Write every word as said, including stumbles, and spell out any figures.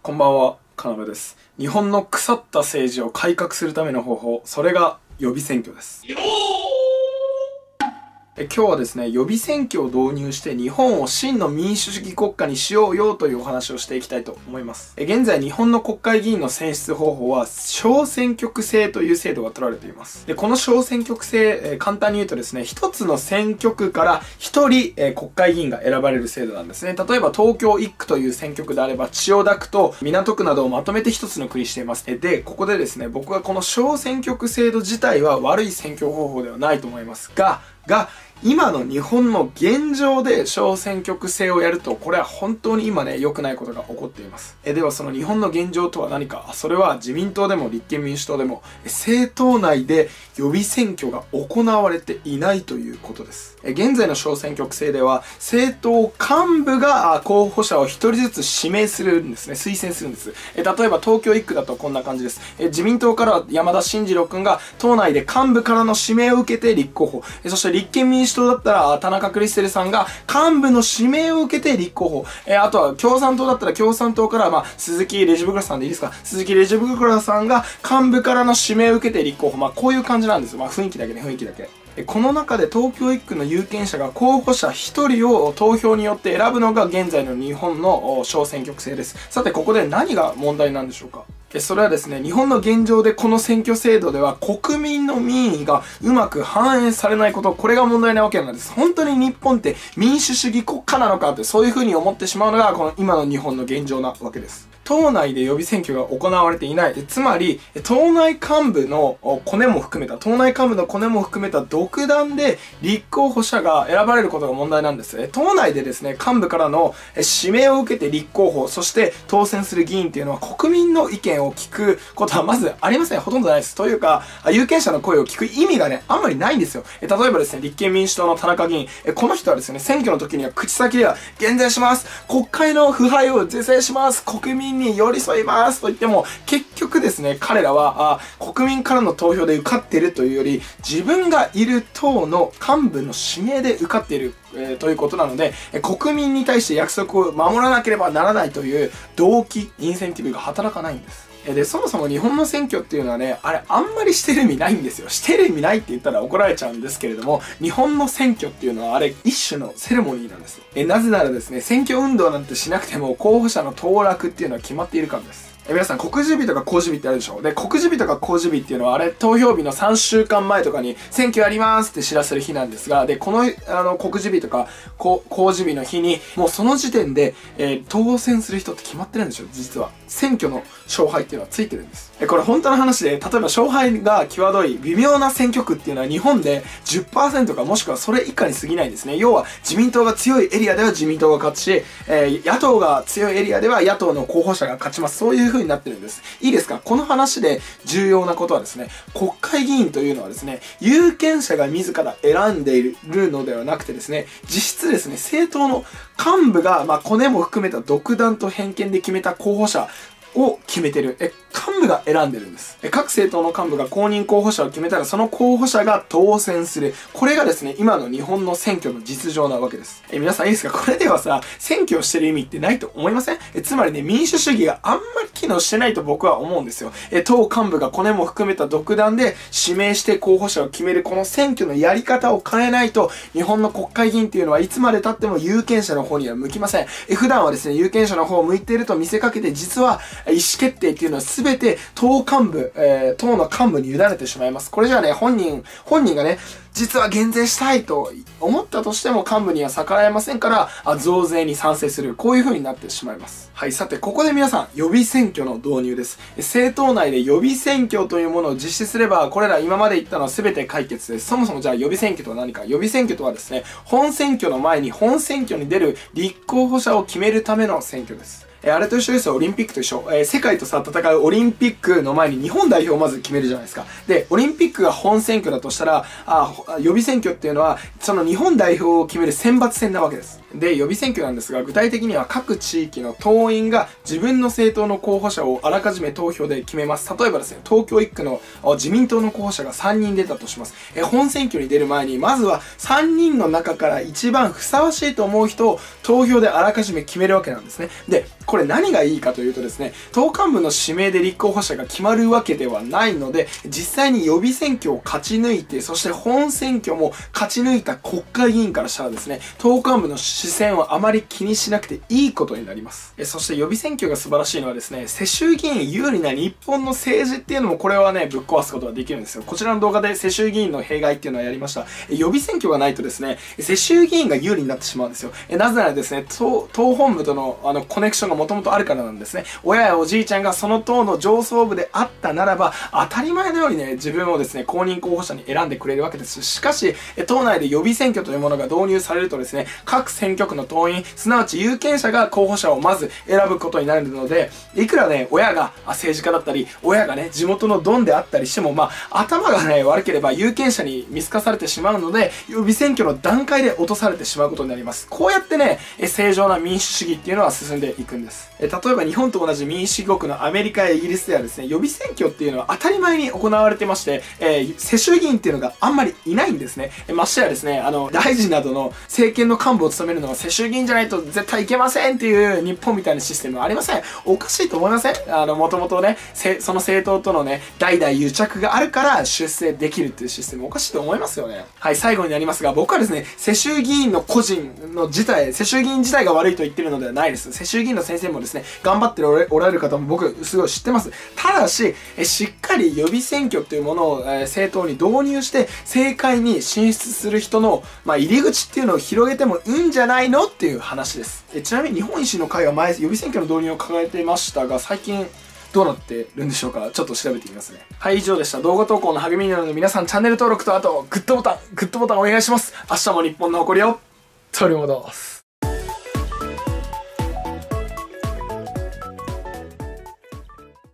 こんばんは、かなめです。日本の腐った政治を改革するための方法、それが予備選挙です。え今日はですね、予備選挙を導入して日本を真の民主主義国家にしようよというお話をしていきたいと思います。え現在日本の国会議員の選出方法は小選挙区制という制度が取られています。でこの小選挙区制、え簡単に言うとですね、一つの選挙区から一人、え国会議員が選ばれる制度なんですね。例えば東京いっ区という選挙区であれば千代田区と港区などをまとめて一つの区にしています。えで、ここでですね、僕はこの小選挙区制度自体は悪い選挙方法ではないと思いますが、が、今の日本の現状で小選挙区制をやると、これは本当に今ね、良くないことが起こっています。え、ではその日本の現状とは何か。それは自民党でも立憲民主党でも、政党内で予備選挙が行われていないということです。え、現在の小選挙区制では、政党幹部が候補者を一人ずつ指名するんですね。推薦するんです。え、例えば東京いっ区だとこんな感じです。え、自民党からは山田慎二郎くんが党内で幹部からの指名を受けて立候補。え、そして立憲民主党だったら田中クリステルさんが幹部の指名を受けて立候補。えー、あとは共産党だったら共産党からまあ鈴木レジ袋さんでいいですか、鈴木レジ袋さんが幹部からの指名を受けて立候補。まあこういう感じなんですよ。まあ雰囲気だけね、雰囲気だけ。この中で東京いっ区の有権者が候補者ひとりを投票によって選ぶのが現在の日本の小選挙区制です。さてここで何が問題なんでしょうか。それはですね、日本の現状でこの選挙制度では国民の民意がうまく反映されないこと、これが問題なわけなんです。本当に日本って民主主義国家なのかって、そういう風に思ってしまうのがこの今の日本の現状なわけです。党内で予備選挙が行われていない。つまり、党内幹部のコネも含めた、党内幹部のコネも含めた独断で立候補者が選ばれることが問題なんです。党内でですね、幹部からの指名を受けて立候補、そして当選する議員っていうのは国民の意見を聞くことはまずありません。ほとんどないです。というか、有権者の声を聞く意味がね、あんまりないんですよ。例えばですね、立憲民主党の田中議員、この人はですね、選挙の時には口先では減税します。国会の腐敗を是正します。国民に寄り添いますと言っても、結局ですね、彼らはあ国民からの投票で受かっているというより、自分がいる党の幹部の指名で受かっている、えー、ということなので、国民に対して約束を守らなければならないという動機、インセンティブが働かないんです。で、そもそも日本の選挙っていうのはね、あれあんまりしてる意味ないんですよ。してる意味ないって言ったら怒られちゃうんですけれども、日本の選挙っていうのはあれ一種のセレモニーなんです。え、なぜならですね、選挙運動なんてしなくても候補者の当落っていうのは決まっているからです。え皆さん、告示日とか公示日ってあるでしょ。で、告示日とか公示日っていうのは、あれ、投票日のさんしゅうかんまえとかに、選挙やりますって知らせる日なんですが、で、この、あの、告示日とか、公示日の日に、もうその時点で、えー、当選する人って決まってるんですよ、実は。選挙の勝敗っていうのはついてるんです。え、これ本当の話で、例えば勝敗が際どい、微妙な選挙区っていうのは日本で じゅっパーセント かもしくはそれ以下に過ぎないんですね。要は、自民党が強いエリアでは自民党が勝つし、えー、野党が強いエリアでは野党の候補者が勝ちます。そういう風になってるんです。いいですか？この話で重要なことはですね、国会議員というのはですね、有権者が自ら選んでいるのではなくてですね、実質ですね、政党の幹部が、まあ、コネも含めた独断と偏見で決めた候補者を決めてる。え、幹部が選んでるんです。え、各政党の幹部が公認候補者を決めたら、その候補者が当選する。これがですね、今の日本の選挙の実情なわけです。え、皆さんいいですか？これではさ、選挙をしてる意味ってないと思いません？え、つまりね、民主主義があんまり機能してないと僕は思うんですよ。え、党幹部がコネも含めた独断で指名して候補者を決めるこの選挙のやり方を変えないと、日本の国会議員っていうのはいつまで経っても有権者の方には向きません。え、普段はですね、有権者の方を向いていると見せかけて、実は意思決定っていうのは全て党幹部、えー、党の幹部に委ねてしまいます。これじゃあね、本人、本人がね、実は減税したいと思ったとしても幹部には逆らえませんから、あ増税に賛成する。こういう風になってしまいます。はい、さて、ここで皆さん、予備選挙の導入です。政党内で予備選挙というものを実施すれば、これら今まで言ったのは全て解決です。そもそもじゃあ予備選挙とは何か。予備選挙とはですね、本選挙の前に本選挙に出る立候補者を決めるための選挙です。えあれと一緒ですよ。オリンピックと一緒。えー、世界とさ、戦うオリンピックの前に日本代表をまず決めるじゃないですか。で、オリンピックが本選挙だとしたら、あ予備選挙っていうのは、その日本代表を決める選抜戦なわけです。 で、予備選挙なんですが、具体的には各地域の党員が自分の政党の候補者をあらかじめ投票で決めます。例えばですね、東京いっ区の自民党の候補者がさんにん出たとします。え、本選挙に出る前に、まずはさんにんの中から一番ふさわしいと思う人を投票であらかじめ決めるわけなんですね。で、これ何がいいかというとですね、党幹部の指名で立候補者が決まるわけではないので、実際に予備選挙を勝ち抜いて、そして本選挙も勝ち抜いた国会議員からしたらですね、党幹部の視線はあまり気にしなくていいことになります。え、そして予備選挙が素晴らしいのはですね、世襲議員有利な日本の政治っていうのもこれはね、ぶっ壊すことができるんですよ。こちらの動画で世襲議員の弊害っていうのはやりました。え、予備選挙がないとですね、世襲議員が有利になってしまうんですよ。え、なぜならですね、党、党本部とのあのコネクションがもともとあるからなんですね。親やおじいちゃんがその党の上層部であったならば、当たり前のようにね、自分をですね、公認候補者に選んでくれるわけです。しかし、党内で予備選挙というものが導入されるとですね、各選挙区の党員、すなわち有権者が候補者をまず選ぶことになるので、いくらね、親が政治家だったり、親がね、地元のドンであったりしても、まあ、頭がね、悪ければ有権者に見透かされてしまうので、予備選挙の段階で落とされてしまうことになります。こうやってね、正常な民主主義っていうのは進んでいくんです。え、例えば日本と同じ民主主義国のアメリカやイギリスではですね、予備選挙っていうのは当たり前に行われてまして、えー、世襲議員っていうのがあんまりいないんですね。え、ましてやですね、あの、大臣などの政権の幹部を務めるのは世襲議員じゃないと絶対いけませんっていう日本みたいなシステムはありません。おかしいと思いません？あの、もともとね、その政党とのね、代々癒着があるから出世できるっていうシステムおかしいと思いますよね。はい、最後になりますが、僕はですね、世襲議員の個人の自体、世襲議員自体が悪いと言ってるのではないです。世襲議員の先生もですね、頑張っておられる方も僕すごい知ってます。ただし、えしっかり予備選挙っていうものを、えー、政党に導入して政界に進出する人の、まあ、入り口っていうのを広げてもいいんじゃないのっていう話です。えちなみに日本維新の会は前予備選挙の導入を掲げていましたが、最近どうなってるんでしょうか。ちょっと調べてみますね。はい、以上でした。動画投稿の励みになるので皆さんチャンネル登録とあとグッドボタン、グッドボタンお願いします。明日も日本の誇りを取り戻す。